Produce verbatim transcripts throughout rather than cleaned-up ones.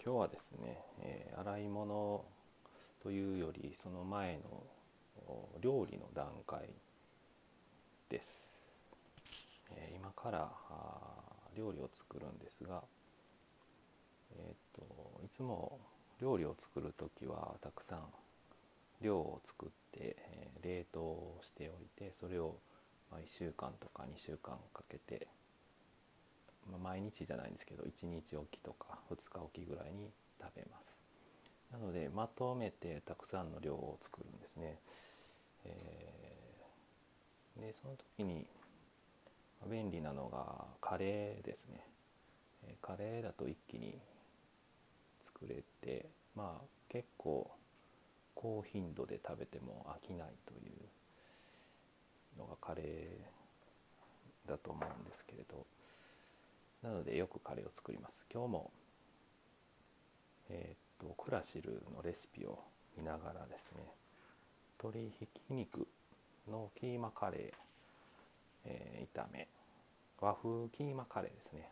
今日はですね、えー洗い物というよりその前のお料理の段階です。えー今からあー料理を作るんですが、えー、といつも料理を作るときはたくさん量を作って、えー冷凍しておいて、それをまあいっしゅうかんとかにしゅうかんかけて、まあ、毎日じゃないんですけどいちにちおきとかふつかおきぐらいに食べます。なのでまとめてたくさんの量を作るんですね。えーでその時に便利なのがカレーですね。えーカレーだと一気に作れて、まあ結構高頻度で食べても飽きないというのがカレーだと思うんですけれど、なのでよくカレーを作ります。今日もえー、とクラシルのレシピを見ながらですね、鶏ひき肉のキーマカレー、えー炒め、和風キーマカレーですね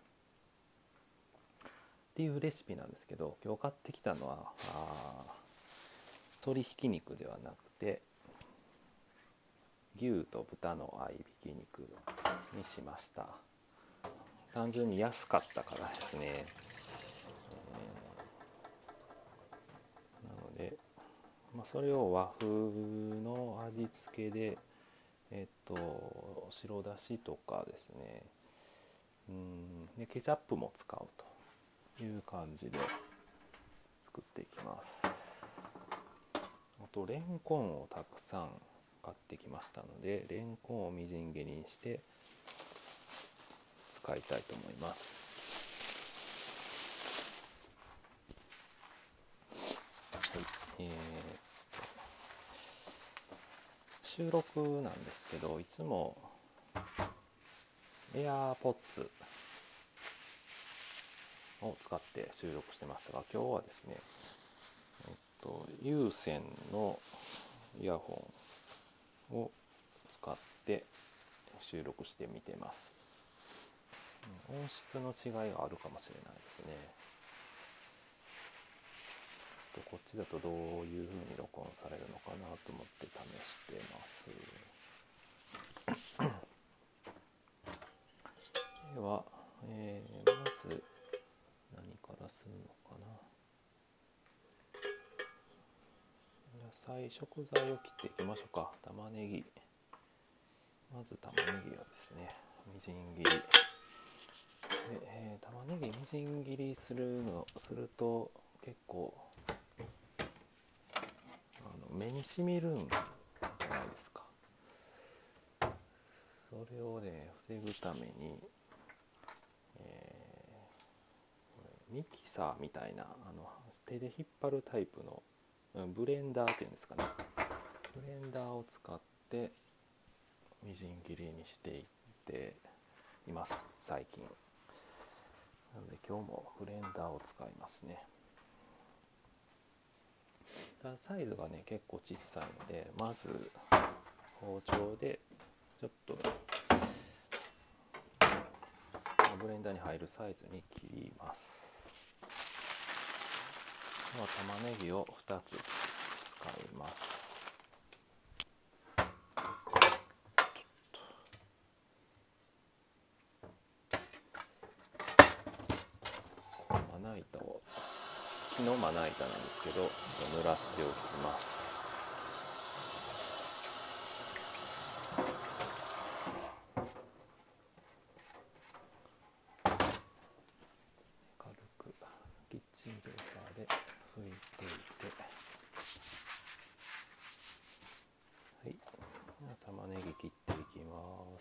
っていうレシピなんですけど、今日買ってきたのはあ鶏ひき肉ではなくて牛と豚の合いびき肉にしました。単純に安かったからですね、えーなので、まあ、それを和風の味付けでえっと白だしとかですね、うんでケチャップも使うという感じで作っていきます。あとレンコンをたくさん買ってきましたので、レンコンをみじん切りにして使いたいと思います。はい、えー、収録なんですけど、いつもエアーポッツを使って収録してますが、今日はですね、えっと、有線のイヤホンを使って収録してみてます。音質の違いがあるかもしれないですね。ちょっとこっちだとどういう風に録音されるのかなと思って試してます。では、えー、まず何からするのかな。野菜食材を切っていきましょうか。玉ねぎ、まず玉ねぎをですねみじん切りで、えー、玉ねぎみじん切りするのすると結構あの目にしみるんじゃないですか。それをね防ぐために、えー、これミキサーみたいなあの手で引っ張るタイプのブレンダーっていうんですかね、ブレンダーを使ってみじん切りにしていっています最近。なので今日もブレンダーを使いますね。ただサイズがね結構小さいので、まず包丁でちょっとブレンダーに入るサイズに切ります。では玉ねぎをふたつ使います。まな板を木のまな板なんですけど濡らしておきます。軽くキッチンペーパーで拭いていて、はい、玉ねぎ切っていきます。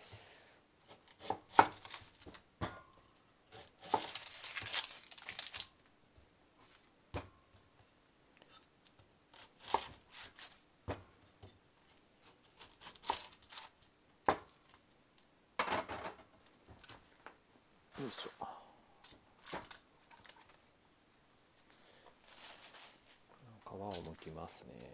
よいしょ。皮を剥きますね。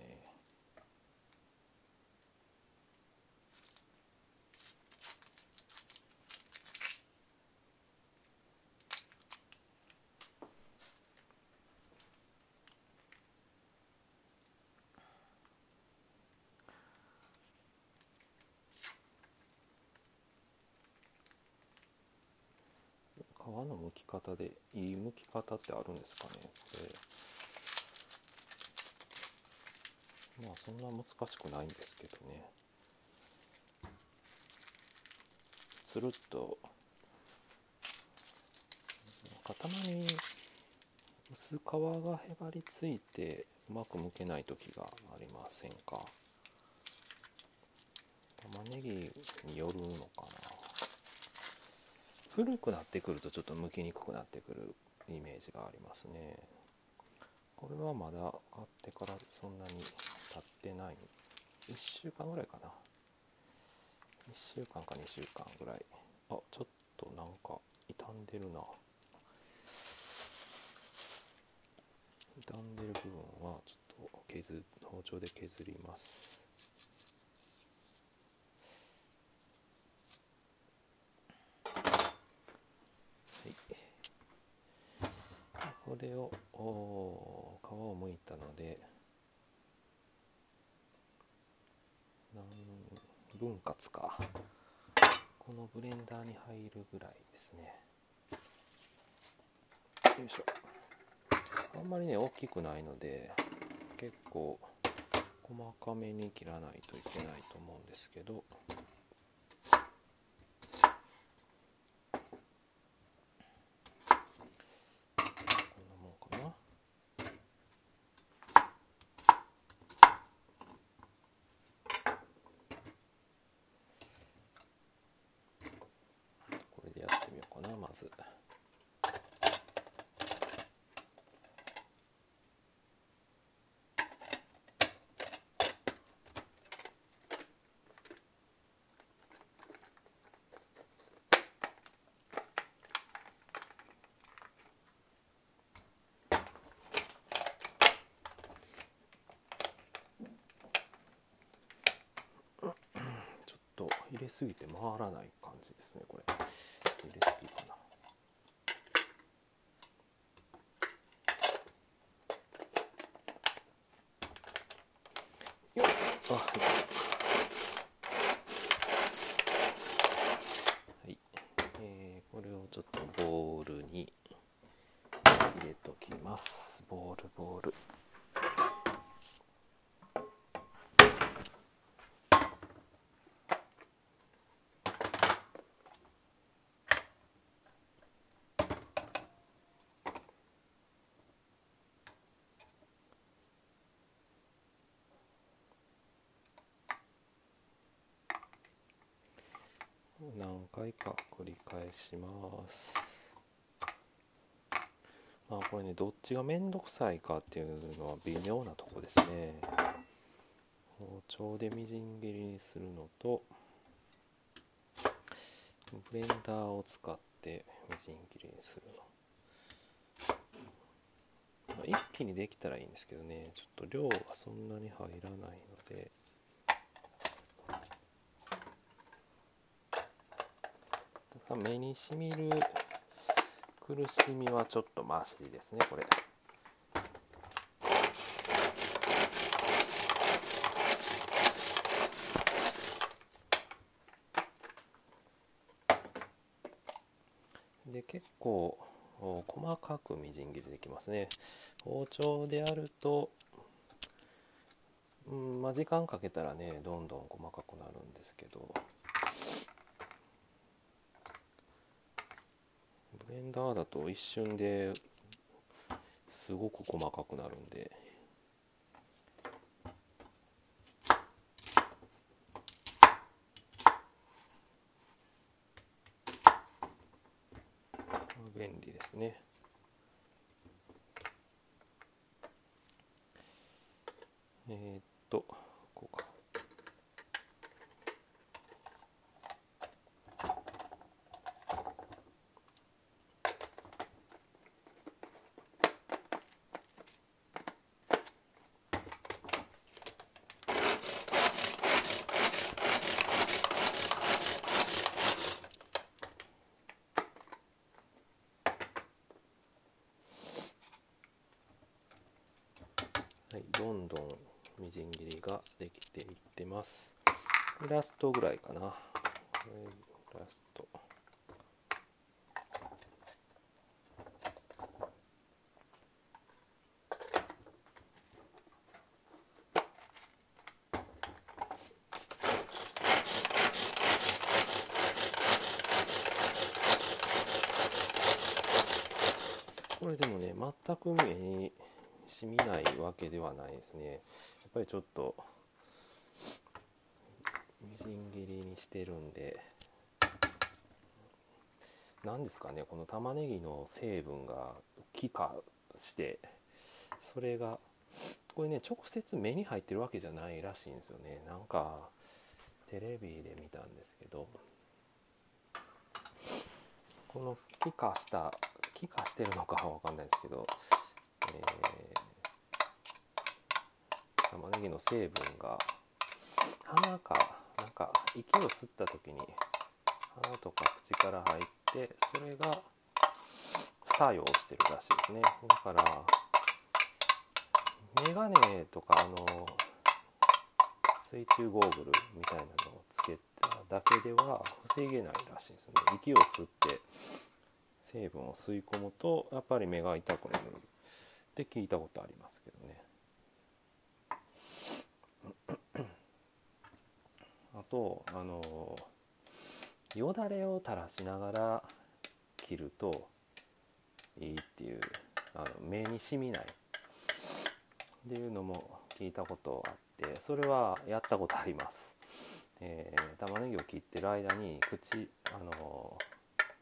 の剥き方でいい剥き方ってあるんですかね。まあそんな難しくないんですけどね。つるっとたまに薄皮がへばりついてうまく剥けない時がありませんか。玉ねぎによるのかな。古くなってくるとちょっと剥きにくくなってくるイメージがありますね。これはまだ買ってからそんなに経ってない、いっしゅうかんぐらいかな。いっしゅうかんかにしゅうかんぐらい。あ、ちょっとなんか傷んでるな。傷んでる部分はちょっと削包丁で削ります。はい、これを皮を剥いたので何分割か、このブレンダーに入るぐらいですね。よいしょ。あんまりね大きくないので結構細かめに切らないといけないと思うんですけど、こんなもんかな。これでやってみようかな。まずちょっと入れすぎて回らない感じですね。これ入れすぎかな。よっ、あ、はい、えー、これをちょっとボウルに入れときます。ボールボール。何回か繰り返します。まあこれね、どっちがめんどくさいかっていうのは微妙なとこですね。包丁でみじん切りにするのとブレンダーを使ってみじん切りにするの、まあ、一気にできたらいいんですけどね、ちょっと量がそんなに入らないので、目にしみる苦しみはちょっとマシですね、これ。で結構細かくみじん切りできますね。包丁でやると、うんまあ、時間かけたらねどんどん細かくなるんですけど、ブレンダーだと一瞬ですごく細かくなるんで、便利ですね。えー、っとこうか。はい、どんどんみじん切りができていってます。ラストぐらいかな。ラスト。 これでもね全く目にしみないわけではないですね。やっぱりちょっとみじん切りにしてるんで、なんですかね、この玉ねぎの成分が気化して、それがこれね直接目に入ってるわけじゃないらしいんですよね。なんかテレビで見たんですけど、この気化した気化してるのかは分かんないですけど、えー、玉ねぎの成分が鼻かなんか息を吸った時に鼻とか口から入って、それが作用してるらしいですね。だからメガネとかあの水中ゴーグルみたいなのをつけただけでは防げないらしいんですよね。息を吸って成分を吸い込むとやっぱり目が痛くなるって聞いたことありますけどね。あとあのよだれを垂らしながら切るといいっていう、あの目にしみないっていうのも聞いたことあって、それはやったことあります。えー、玉ねぎを切ってる間に口あの